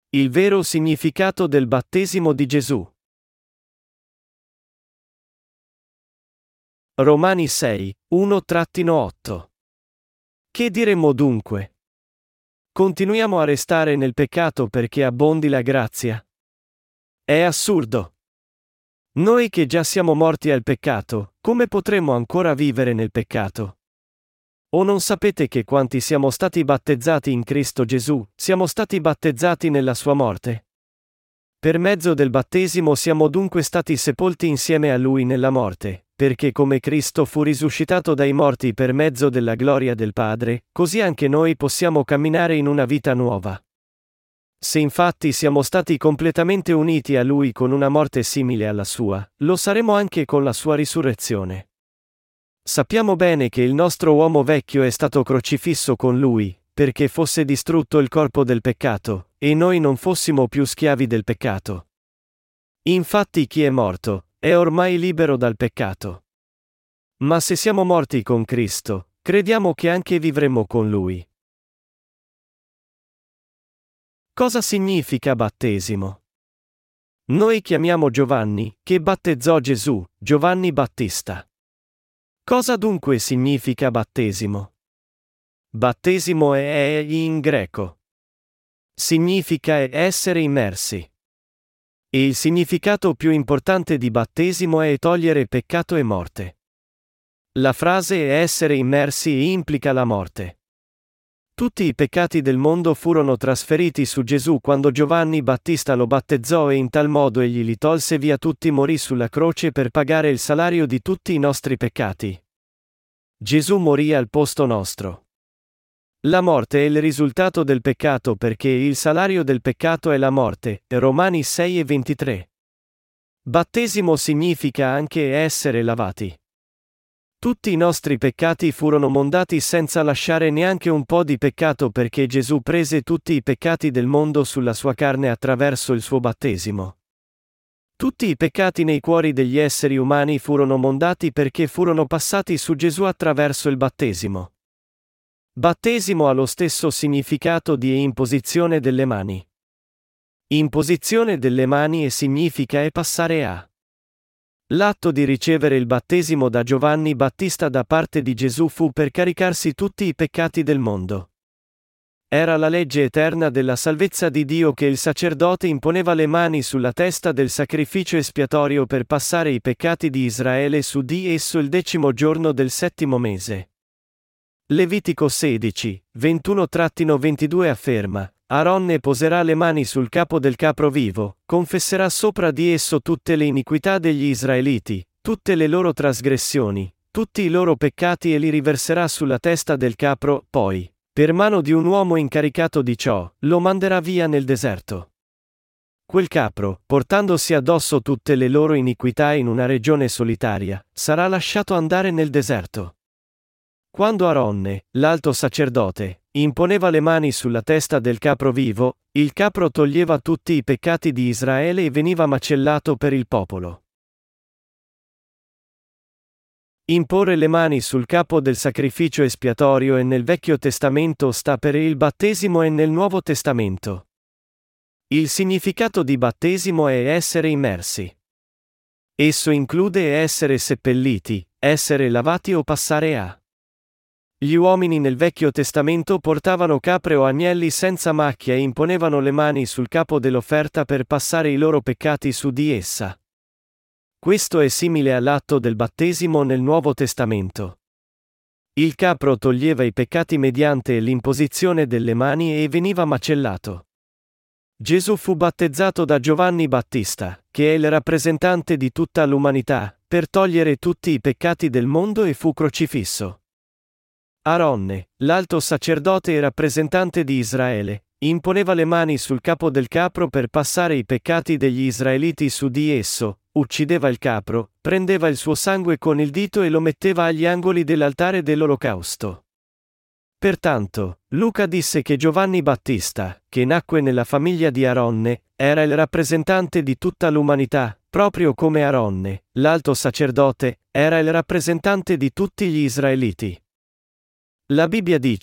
Il vero significato del battesimo di Gesù. Romani 6, 1-8. Che diremmo dunque? Continuiamo a restare nel peccato perché abbondi la grazia? È assurdo. Noi che già siamo morti al peccato, come potremmo ancora vivere nel peccato? O non sapete che quanti siamo stati battezzati in Cristo Gesù, siamo stati battezzati nella sua morte? Per mezzo del battesimo siamo dunque stati sepolti insieme a Lui nella morte, perché come Cristo fu risuscitato dai morti per mezzo della gloria del Padre, così anche noi possiamo camminare in una vita nuova. Se infatti siamo stati completamente uniti a Lui con una morte simile alla sua, lo saremo anche con la sua risurrezione. Sappiamo bene che il nostro uomo vecchio è stato crocifisso con Lui, perché fosse distrutto il corpo del peccato, e noi non fossimo più schiavi del peccato. Infatti chi è morto, è ormai libero dal peccato. Ma se siamo morti con Cristo, crediamo che anche vivremo con Lui. Cosa significa battesimo? Noi chiamiamo Giovanni, che battezzò Gesù, Giovanni Battista. Cosa dunque significa battesimo? Battesimo è in greco. Significa essere immersi. E il significato più importante di battesimo è togliere peccato e morte. La frase è essere immersi e implica la morte. Tutti i peccati del mondo furono trasferiti su Gesù quando Giovanni Battista lo battezzò e in tal modo egli li tolse via tutti, morì sulla croce per pagare il salario di tutti i nostri peccati. Gesù morì al posto nostro. La morte è il risultato del peccato perché il salario del peccato è la morte, Romani 6:23. Battesimo significa anche essere lavati. Tutti i nostri peccati furono mondati senza lasciare neanche un po' di peccato perché Gesù prese tutti i peccati del mondo sulla sua carne attraverso il suo battesimo. Tutti i peccati nei cuori degli esseri umani furono mondati perché furono passati su Gesù attraverso il battesimo. Battesimo ha lo stesso significato di imposizione delle mani. Imposizione delle mani e significa passare a. L'atto di ricevere il battesimo da Giovanni Battista da parte di Gesù fu per caricarsi tutti i peccati del mondo. Era la legge eterna della salvezza di Dio che il sacerdote imponeva le mani sulla testa del sacrificio espiatorio per passare i peccati di Israele su di esso il 10° giorno del 7° mese. Levitico 16, 21-22 afferma: Aaronne poserà le mani sul capo del capro vivo, confesserà sopra di esso tutte le iniquità degli Israeliti, tutte le loro trasgressioni, tutti i loro peccati e li riverserà sulla testa del capro, poi, per mano di un uomo incaricato di ciò, lo manderà via nel deserto. Quel capro, portandosi addosso tutte le loro iniquità in una regione solitaria, sarà lasciato andare nel deserto. Quando Aaronne, l'alto sacerdote, imponeva le mani sulla testa del capro vivo, il capro toglieva tutti i peccati di Israele e veniva macellato per il popolo. Imporre le mani sul capo del sacrificio espiatorio e nel Vecchio Testamento sta per il battesimo e nel Nuovo Testamento. Il significato di battesimo è essere immersi. Esso include essere seppelliti, essere lavati o passare a. Gli uomini nel Vecchio Testamento portavano capre o agnelli senza macchia e imponevano le mani sul capo dell'offerta per passare i loro peccati su di essa. Questo è simile all'atto del battesimo nel Nuovo Testamento. Il capro toglieva i peccati mediante l'imposizione delle mani e veniva macellato. Gesù fu battezzato da Giovanni Battista, che è il rappresentante di tutta l'umanità, per togliere tutti i peccati del mondo e fu crocifisso. Aaronne, l'alto sacerdote e rappresentante di Israele, imponeva le mani sul capo del capro per passare i peccati degli israeliti su di esso, uccideva il capro, prendeva il suo sangue con il dito e lo metteva agli angoli dell'altare dell'olocausto. Pertanto, Luca disse che Giovanni Battista, che nacque nella famiglia di Aaronne, era il rappresentante di tutta l'umanità, proprio come Aaronne, l'alto sacerdote, era il rappresentante di tutti gli israeliti. La Bibbia dice,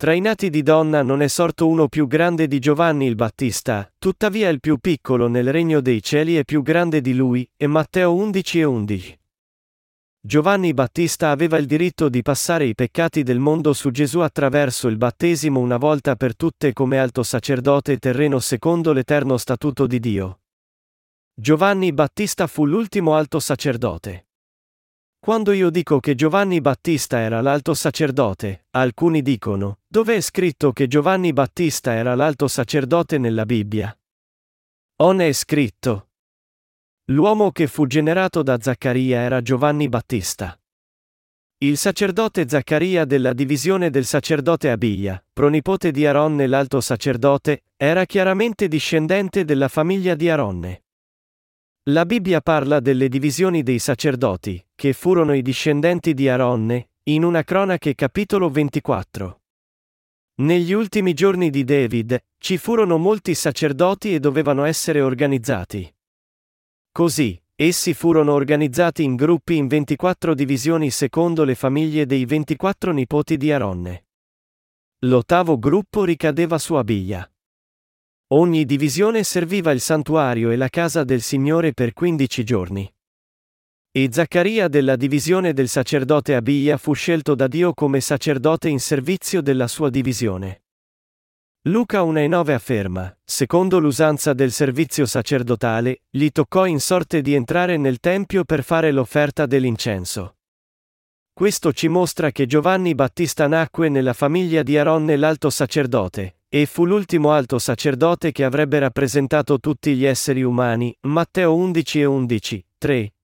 Tra i nati di donna non è sorto uno più grande di Giovanni il Battista, tuttavia il più piccolo nel regno dei cieli è più grande di lui, e Matteo 11:11. Giovanni Battista aveva il diritto di passare i peccati del mondo su Gesù attraverso il battesimo una volta per tutte come alto sacerdote terreno secondo l'eterno statuto di Dio. Giovanni Battista fu l'ultimo alto sacerdote. Quando io dico che Giovanni Battista era l'alto sacerdote, alcuni dicono: dove è scritto che Giovanni Battista era l'alto sacerdote nella Bibbia? On è scritto. L'uomo che fu generato da Zaccaria era Giovanni Battista. Il sacerdote Zaccaria della divisione del sacerdote Abia, pronipote di Aronne l'alto sacerdote, era chiaramente discendente della famiglia di Aronne. La Bibbia parla delle divisioni dei sacerdoti, che furono i discendenti di Aronne, in una Cronache capitolo 24. Negli ultimi giorni di David, ci furono molti sacerdoti e dovevano essere organizzati. Così, essi furono organizzati in gruppi in 24 divisioni secondo le famiglie dei 24 nipoti di Aronne. L'ottavo gruppo ricadeva su Abia. Ogni divisione serviva il santuario e la casa del Signore per 15 giorni. E Zaccaria della divisione del sacerdote Abia fu scelto da Dio come sacerdote in servizio della sua divisione. Luca 1:9 afferma: secondo l'usanza del servizio sacerdotale, gli toccò in sorte di entrare nel tempio per fare l'offerta dell'incenso. Questo ci mostra che Giovanni Battista nacque nella famiglia di Aronne l'alto sacerdote, e fu l'ultimo alto sacerdote che avrebbe rappresentato tutti gli esseri umani. Matteo 11:11, 3,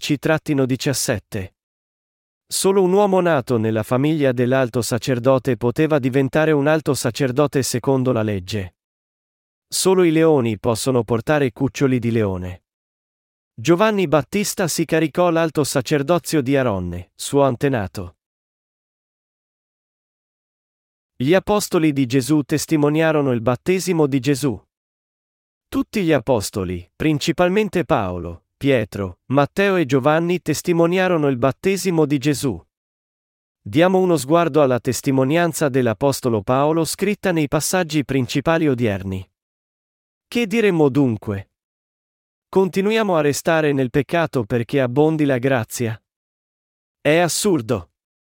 13-17. Solo un uomo nato nella famiglia dell'alto sacerdote poteva diventare un alto sacerdote secondo la legge. Solo i leoni possono portare cuccioli di leone. Giovanni Battista si caricò l'alto sacerdozio di Aronne, suo antenato. Gli apostoli di Gesù testimoniarono il battesimo di Gesù. Tutti gli apostoli, principalmente Paolo, Pietro, Matteo e Giovanni testimoniarono il battesimo di Gesù. Diamo uno sguardo alla testimonianza dell'apostolo Paolo scritta nei passaggi principali odierni. Che diremmo dunque? Continuiamo a restare nel peccato perché abbondi la grazia? È assurdo.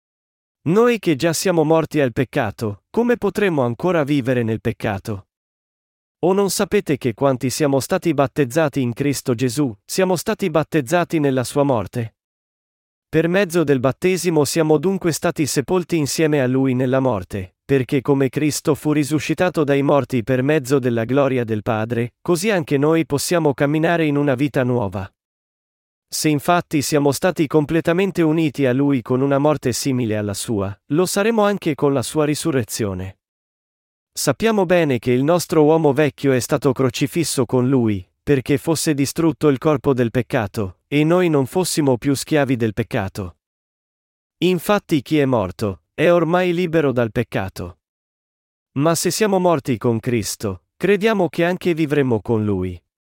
Noi che già siamo morti al peccato, come potremmo ancora vivere nel peccato? O non sapete che quanti siamo stati battezzati in Cristo Gesù, siamo stati battezzati nella sua morte? Per mezzo del battesimo siamo dunque stati sepolti insieme a Lui nella morte, perché come Cristo fu risuscitato dai morti per mezzo della gloria del Padre, così anche noi possiamo camminare in una vita nuova. Se infatti siamo stati completamente uniti a Lui con una morte simile alla sua, lo saremo anche con la sua risurrezione. Sappiamo bene che il nostro uomo vecchio è stato crocifisso con Lui, perché fosse distrutto il corpo del peccato, e noi non fossimo più schiavi del peccato. Infatti chi è morto, è ormai libero dal peccato. Ma se siamo morti con Cristo, crediamo che anche vivremo con Lui.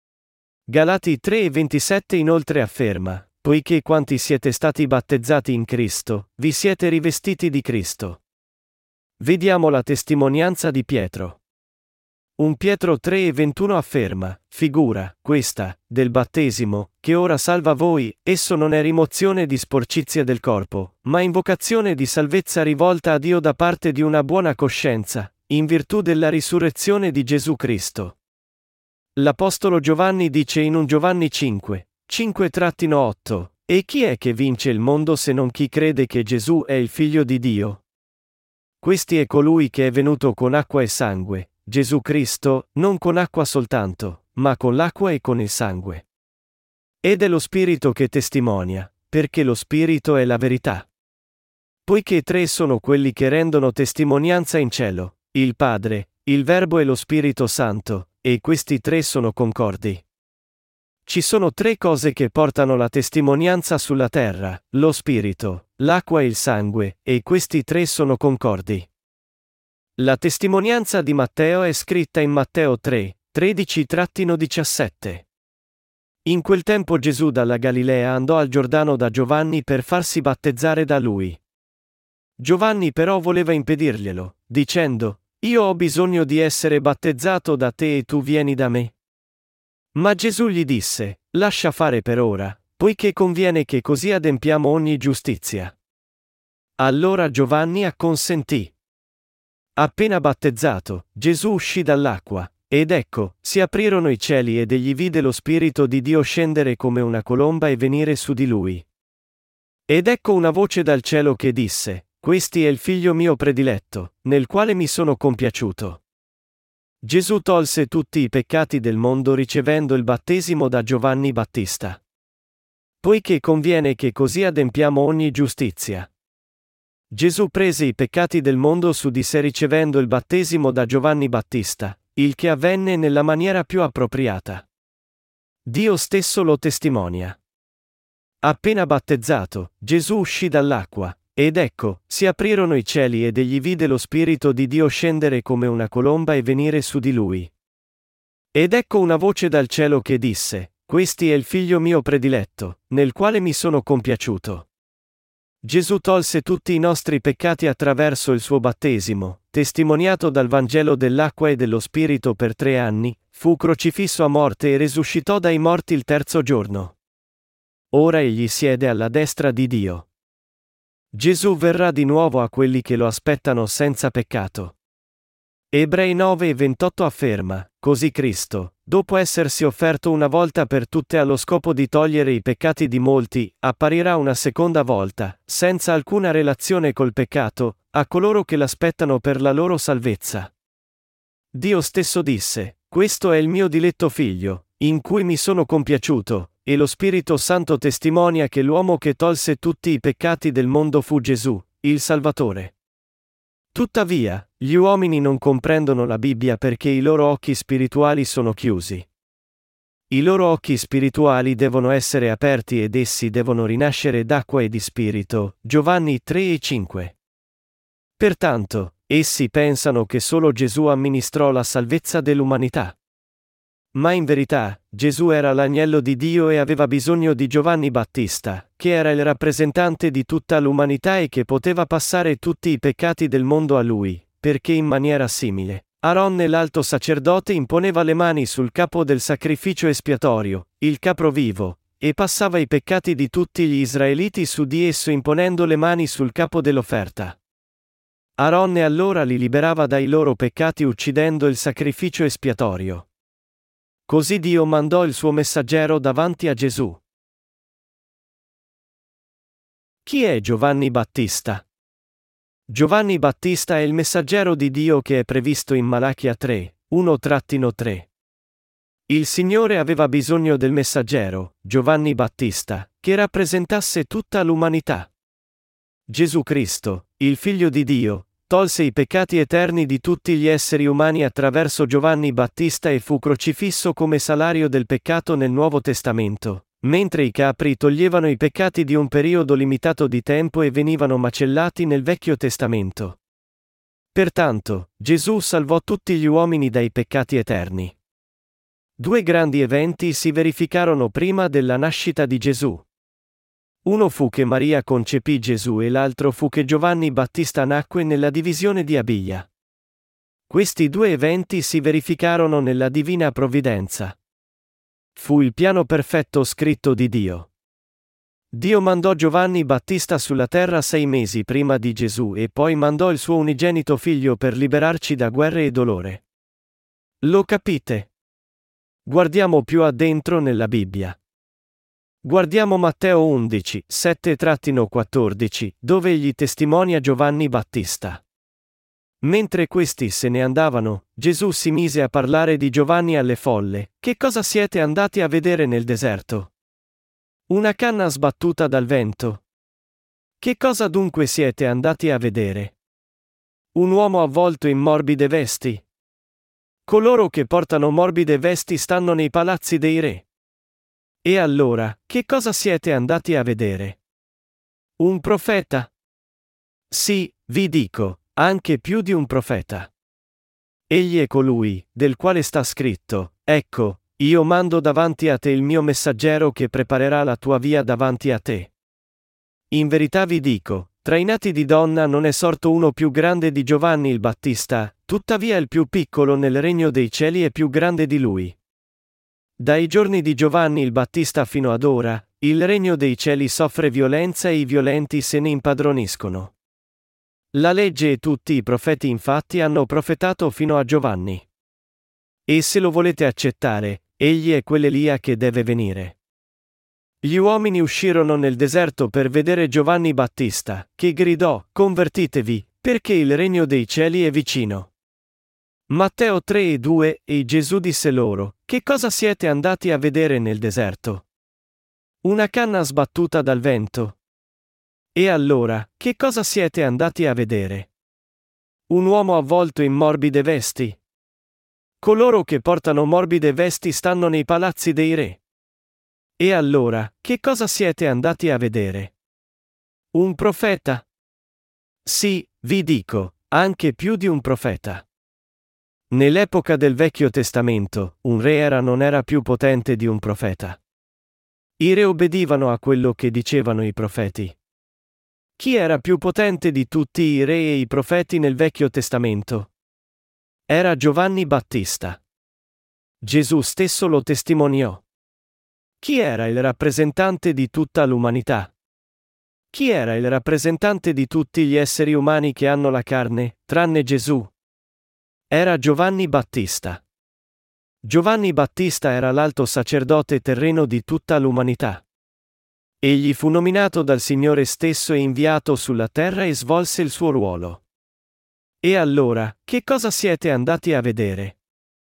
Galati 3:27 inoltre afferma: poiché quanti siete stati battezzati in Cristo, vi siete rivestiti di Cristo. Vediamo la testimonianza di Pietro. 1 Pietro 3:21 afferma: figura, questa, del battesimo, che ora salva voi, esso non è rimozione di sporcizia del corpo, ma invocazione di salvezza rivolta a Dio da parte di una buona coscienza, in virtù della risurrezione di Gesù Cristo. L'Apostolo Giovanni dice in 1 Giovanni 5, 5-8, e chi è che vince il mondo se non chi crede che Gesù è il Figlio di Dio? Questi è colui che è venuto con acqua e sangue, Gesù Cristo, non con acqua soltanto, ma con l'acqua e con il sangue. Ed è lo Spirito che testimonia, perché lo Spirito è la verità. Poiché tre sono quelli che rendono testimonianza in cielo, il Padre, il Verbo e lo Spirito Santo, e questi tre sono concordi. Ci sono tre cose che portano la testimonianza sulla terra: lo Spirito, l'acqua e il sangue, e questi tre sono concordi. La testimonianza di Matteo è scritta in Matteo 3, 13-17. In quel tempo Gesù dalla Galilea andò al Giordano da Giovanni per farsi battezzare da lui. Giovanni però voleva impedirglielo, dicendo: Io ho bisogno di essere battezzato da te e tu vieni da me? Ma Gesù gli disse: Lascia fare per ora, poiché conviene che così adempiamo ogni giustizia. Allora Giovanni acconsentì. Appena battezzato, Gesù uscì dall'acqua, ed ecco, si aprirono i cieli ed egli vide lo Spirito di Dio scendere come una colomba e venire su di lui. Ed ecco una voce dal cielo che disse: Questi è il figlio mio prediletto, nel quale mi sono compiaciuto. Gesù tolse tutti i peccati del mondo ricevendo il battesimo da Giovanni Battista. Poiché conviene che così adempiamo ogni giustizia. Gesù prese i peccati del mondo su di sé ricevendo il battesimo da Giovanni Battista, il che avvenne nella maniera più appropriata. Dio stesso lo testimonia. Appena battezzato, Gesù uscì dall'acqua, ed ecco, si aprirono i cieli ed egli vide lo Spirito di Dio scendere come una colomba e venire su di lui. Ed ecco una voce dal cielo che disse: Questi è il figlio mio prediletto, nel quale mi sono compiaciuto. Gesù tolse tutti i nostri peccati attraverso il suo battesimo, testimoniato dal Vangelo dell'acqua e dello Spirito per 3 anni, fu crocifisso a morte e risuscitò dai morti il terzo giorno. Ora egli siede alla destra di Dio. Gesù verrà di nuovo a quelli che lo aspettano senza peccato. Ebrei 9:28 afferma: Così Cristo, dopo essersi offerto una volta per tutte allo scopo di togliere i peccati di molti, apparirà una seconda volta, senza alcuna relazione col peccato, a coloro che l'aspettano per la loro salvezza. Dio stesso disse: Questo è il mio diletto figlio, in cui mi sono compiaciuto, e lo Spirito Santo testimonia che l'uomo che tolse tutti i peccati del mondo fu Gesù, il Salvatore. Tuttavia, gli uomini non comprendono la Bibbia perché i loro occhi spirituali sono chiusi. I loro occhi spirituali devono essere aperti ed essi devono rinascere d'acqua e di spirito. Giovanni 3:5. Pertanto, essi pensano che solo Gesù amministrò la salvezza dell'umanità. Ma in verità, Gesù era l'agnello di Dio e aveva bisogno di Giovanni Battista, che era il rappresentante di tutta l'umanità e che poteva passare tutti i peccati del mondo a lui, perché in maniera simile, Aronne l'alto sacerdote imponeva le mani sul capo del sacrificio espiatorio, il capro vivo, e passava i peccati di tutti gli israeliti su di esso imponendo le mani sul capo dell'offerta. Aronne allora li liberava dai loro peccati uccidendo il sacrificio espiatorio. Così Dio mandò il suo messaggero davanti a Gesù. Chi è Giovanni Battista? Giovanni Battista è il messaggero di Dio che è previsto in Malachia 3, 1-3. Il Signore aveva bisogno del messaggero, Giovanni Battista, che rappresentasse tutta l'umanità. Gesù Cristo, il Figlio di Dio, tolse i peccati eterni di tutti gli esseri umani attraverso Giovanni Battista e fu crocifisso come salario del peccato nel Nuovo Testamento, mentre i capri toglievano i peccati di un periodo limitato di tempo e venivano macellati nel Vecchio Testamento. Pertanto, Gesù salvò tutti gli uomini dai peccati eterni. 2 grandi eventi si verificarono prima della nascita di Gesù. Uno fu che Maria concepì Gesù e l'altro fu che Giovanni Battista nacque nella divisione di Abia. Questi 2 eventi si verificarono nella divina provvidenza. Fu il piano perfetto scritto di Dio. Dio mandò Giovanni Battista sulla terra 6 mesi prima di Gesù e poi mandò il suo unigenito figlio per liberarci da guerre e dolore. Lo capite? Guardiamo più addentro nella Bibbia. Guardiamo Matteo 11, 7-14, dove egli testimonia Giovanni Battista. Mentre questi se ne andavano, Gesù si mise a parlare di Giovanni alle folle: Che cosa siete andati a vedere nel deserto? Una canna sbattuta dal vento? Che cosa dunque siete andati a vedere? Un uomo avvolto in morbide vesti? Coloro che portano morbide vesti stanno nei palazzi dei re. E allora, che cosa siete andati a vedere? Un profeta? Sì, vi dico, anche più di un profeta. Egli è colui, del quale sta scritto: Ecco, io mando davanti a te il mio messaggero che preparerà la tua via davanti a te. In verità vi dico, tra i nati di donna non è sorto uno più grande di Giovanni il Battista, tuttavia il più piccolo nel regno dei cieli è più grande di lui. Dai giorni di Giovanni il Battista fino ad ora, il regno dei cieli soffre violenza e i violenti se ne impadroniscono. La legge e tutti i profeti infatti hanno profetato fino a Giovanni. E se lo volete accettare, egli è quell'Elia che deve venire. Gli uomini uscirono nel deserto per vedere Giovanni Battista, che gridò: "Convertitevi, perché il regno dei cieli è vicino." Matteo 3:2 E Gesù disse loro: "Che cosa siete andati a vedere nel deserto? Una canna sbattuta dal vento? E allora, che cosa siete andati a vedere? Un uomo avvolto in morbide vesti? Coloro che portano morbide vesti stanno nei palazzi dei re. E allora, che cosa siete andati a vedere? Un profeta? Sì, vi dico, anche più di un profeta. Nell'epoca del Vecchio Testamento, un re non era più potente di un profeta. I re obbedivano a quello che dicevano i profeti. Chi era più potente di tutti i re e i profeti nel Vecchio Testamento? Era Giovanni Battista. Gesù stesso lo testimoniò. Chi era il rappresentante di tutta l'umanità? Chi era il rappresentante di tutti gli esseri umani che hanno la carne, tranne Gesù? Era Giovanni Battista. Giovanni Battista era l'alto sacerdote terreno di tutta l'umanità. Egli fu nominato dal Signore stesso e inviato sulla terra e svolse il suo ruolo. E allora, che cosa siete andati a vedere?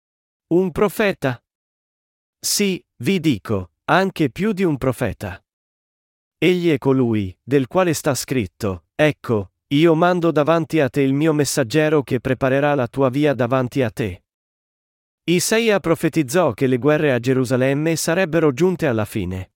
Un profeta? Sì, vi dico, anche più di un profeta. Egli è colui, del quale sta scritto: "Ecco, io mando davanti a te il mio messaggero che preparerà la tua via davanti a te." Isaia profetizzò che le guerre a Gerusalemme sarebbero giunte alla fine.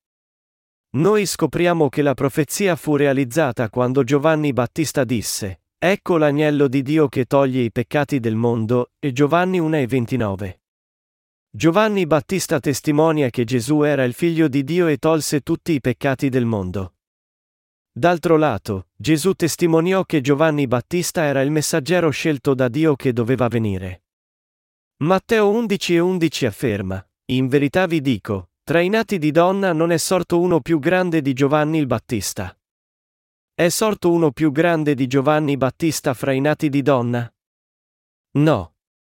Noi scopriamo che la profezia fu realizzata quando Giovanni Battista disse: "Ecco l'agnello di Dio che toglie i peccati del mondo", e Giovanni 1,29. Giovanni Battista testimonia che Gesù era il Figlio di Dio e tolse tutti i peccati del mondo. D'altro lato, Gesù testimoniò che Giovanni Battista era il messaggero scelto da Dio che doveva venire. Matteo 11,11 afferma: "In verità vi dico, tra i nati di donna non è sorto uno più grande di Giovanni il Battista." È sorto uno più grande di Giovanni Battista fra i nati di donna? No.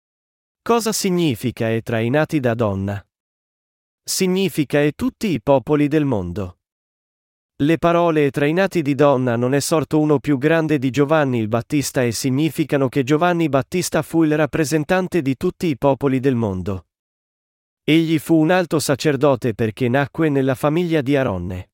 Cosa significa "è tra i nati da donna"? Significa "e tutti i popoli del mondo". Le parole "e tra i nati di donna non è sorto uno più grande di Giovanni il Battista" e significano che Giovanni Battista fu il rappresentante di tutti i popoli del mondo. Egli fu un alto sacerdote perché nacque nella famiglia di Aronne.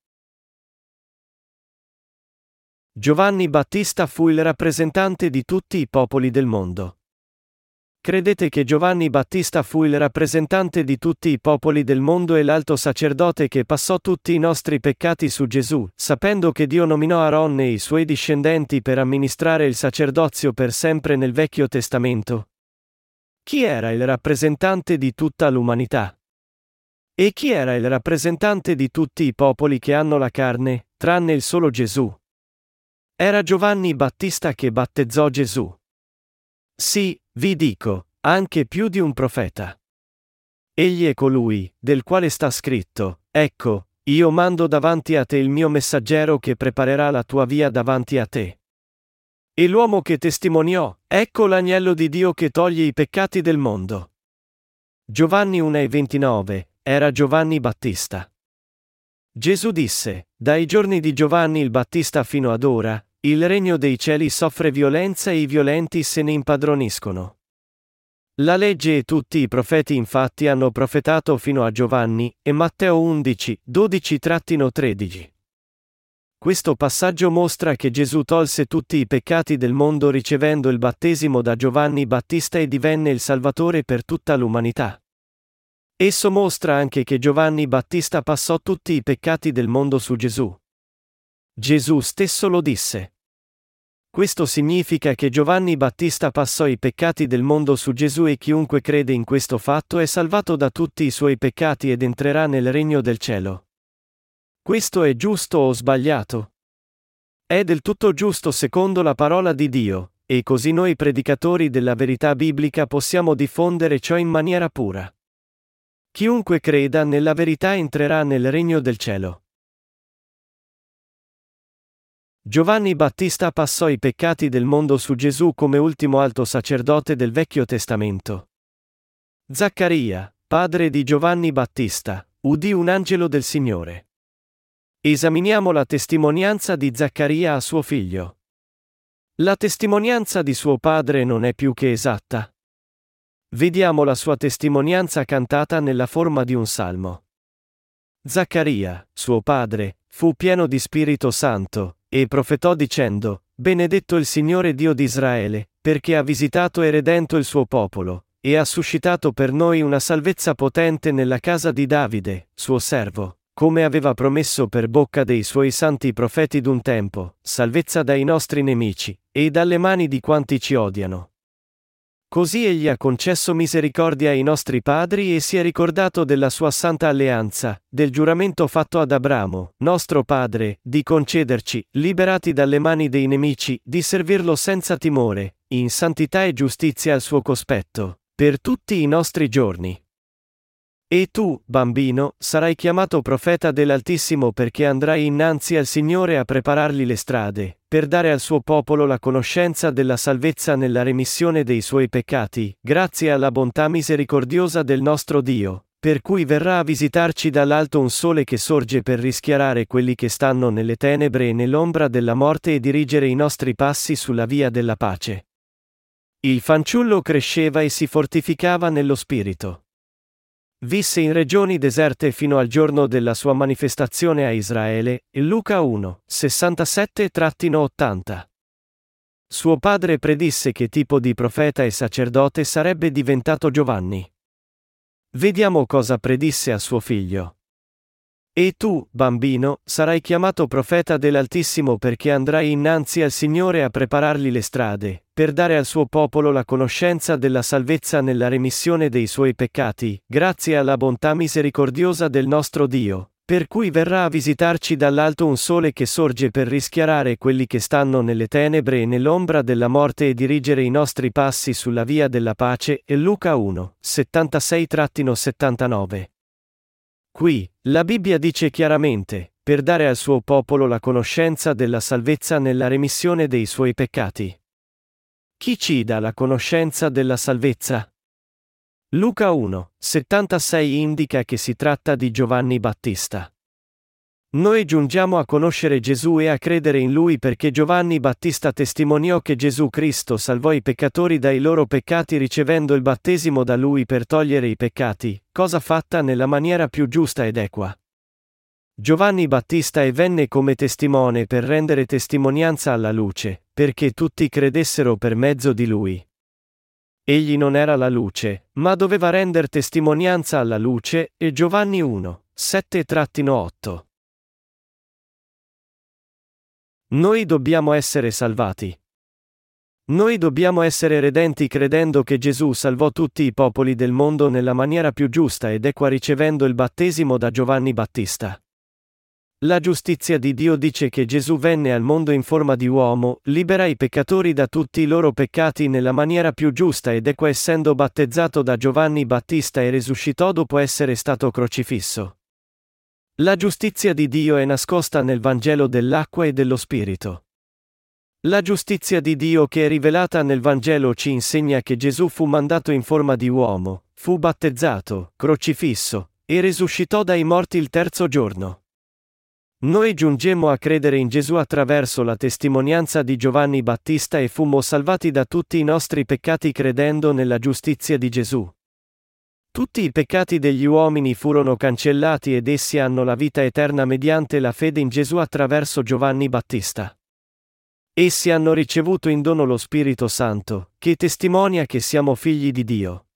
Giovanni Battista fu il rappresentante di tutti i popoli del mondo. Credete che Giovanni Battista fu il rappresentante di tutti i popoli del mondo e l'alto sacerdote che passò tutti i nostri peccati su Gesù, sapendo che Dio nominò Aaron e i suoi discendenti per amministrare il sacerdozio per sempre nel Vecchio Testamento? Chi era il rappresentante di tutta l'umanità? E chi era il rappresentante di tutti i popoli che hanno la carne, tranne il solo Gesù? Era Giovanni Battista che battezzò Gesù. Sì, vi dico, anche più di un profeta. Egli è colui, del quale sta scritto: "Ecco, io mando davanti a te il mio messaggero che preparerà la tua via davanti a te." E l'uomo che testimoniò: "Ecco l'agnello di Dio che toglie i peccati del mondo." Giovanni 1,29, era Giovanni Battista. Gesù disse: "Dai giorni di Giovanni il Battista fino ad ora, il regno dei cieli soffre violenza e i violenti se ne impadroniscono." La legge e tutti i profeti infatti hanno profetato fino a Giovanni, e Matteo 11, 12-13. Questo passaggio mostra che Gesù tolse tutti i peccati del mondo ricevendo il battesimo da Giovanni Battista e divenne il Salvatore per tutta l'umanità. Esso mostra anche che Giovanni Battista passò tutti i peccati del mondo su Gesù. Gesù stesso lo disse. Questo significa che Giovanni Battista passò i peccati del mondo su Gesù e chiunque crede in questo fatto è salvato da tutti i suoi peccati ed entrerà nel regno del cielo. Questo è giusto o sbagliato? È del tutto giusto secondo la parola di Dio, e così noi predicatori della verità biblica possiamo diffondere ciò in maniera pura. Chiunque creda nella verità entrerà nel regno del cielo. Giovanni Battista passò i peccati del mondo su Gesù come ultimo alto sacerdote del Vecchio Testamento. Zaccaria, padre di Giovanni Battista, udì un angelo del Signore. Esaminiamo la testimonianza di Zaccaria a suo figlio. La testimonianza di suo padre non è più che esatta. Vediamo la sua testimonianza cantata nella forma di un salmo. Zaccaria, suo padre, fu pieno di Spirito Santo, e profetò dicendo: Benedetto il Signore Dio di Israele, perché ha visitato e redento il suo popolo, e ha suscitato per noi una salvezza potente nella casa di Davide, suo servo, come aveva promesso per bocca dei suoi santi profeti d'un tempo, salvezza dai nostri nemici, e dalle mani di quanti ci odiano. Così egli ha concesso misericordia ai nostri padri e si è ricordato della sua santa alleanza, del giuramento fatto ad Abramo, nostro padre, di concederci, liberati dalle mani dei nemici, di servirlo senza timore, in santità e giustizia al suo cospetto, per tutti i nostri giorni. E tu, bambino, sarai chiamato profeta dell'Altissimo perché andrai innanzi al Signore a preparargli le strade, per dare al suo popolo la conoscenza della salvezza nella remissione dei suoi peccati, grazie alla bontà misericordiosa del nostro Dio, per cui verrà a visitarci dall'alto un sole che sorge per rischiarare quelli che stanno nelle tenebre e nell'ombra della morte e dirigere i nostri passi sulla via della pace. Il fanciullo cresceva e si fortificava nello spirito. Visse in regioni deserte fino al giorno della sua manifestazione a Israele, Luca 1, 67-80. Suo padre predisse che tipo di profeta e sacerdote sarebbe diventato Giovanni. Vediamo cosa predisse a suo figlio. E tu, bambino, sarai chiamato profeta dell'Altissimo perché andrai innanzi al Signore a preparargli le strade, per dare al suo popolo la conoscenza della salvezza nella remissione dei suoi peccati, grazie alla bontà misericordiosa del nostro Dio, per cui verrà a visitarci dall'alto un sole che sorge per rischiarare quelli che stanno nelle tenebre e nell'ombra della morte e dirigere i nostri passi sulla via della pace. E Luca 1, 76-79. Qui, la Bibbia dice chiaramente, per dare al suo popolo la conoscenza della salvezza nella remissione dei suoi peccati. Chi ci dà la conoscenza della salvezza? Luca 1, 76 indica che si tratta di Giovanni Battista. Noi giungiamo a conoscere Gesù e a credere in Lui perché Giovanni Battista testimoniò che Gesù Cristo salvò i peccatori dai loro peccati ricevendo il battesimo da Lui per togliere i peccati, cosa fatta nella maniera più giusta ed equa. Giovanni Battista venne come testimone per rendere testimonianza alla luce, perché tutti credessero per mezzo di Lui. Egli non era la luce, ma doveva rendere testimonianza alla luce, e Giovanni 1, 7-8. Noi dobbiamo essere salvati. Noi dobbiamo essere redenti credendo che Gesù salvò tutti i popoli del mondo nella maniera più giusta ed equa ricevendo il battesimo da Giovanni Battista. La giustizia di Dio dice che Gesù venne al mondo in forma di uomo, libera i peccatori da tutti i loro peccati nella maniera più giusta ed equa essendo battezzato da Giovanni Battista e risuscitò dopo essere stato crocifisso. La giustizia di Dio è nascosta nel Vangelo dell'acqua e dello Spirito. La giustizia di Dio che è rivelata nel Vangelo ci insegna che Gesù fu mandato in forma di uomo, fu battezzato, crocifisso, e risuscitò dai morti il terzo giorno. Noi giungemmo a credere in Gesù attraverso la testimonianza di Giovanni Battista e fummo salvati da tutti i nostri peccati credendo nella giustizia di Gesù. Tutti i peccati degli uomini furono cancellati ed essi hanno la vita eterna mediante la fede in Gesù attraverso Giovanni Battista. Essi hanno ricevuto in dono lo Spirito Santo, che testimonia che siamo figli di Dio.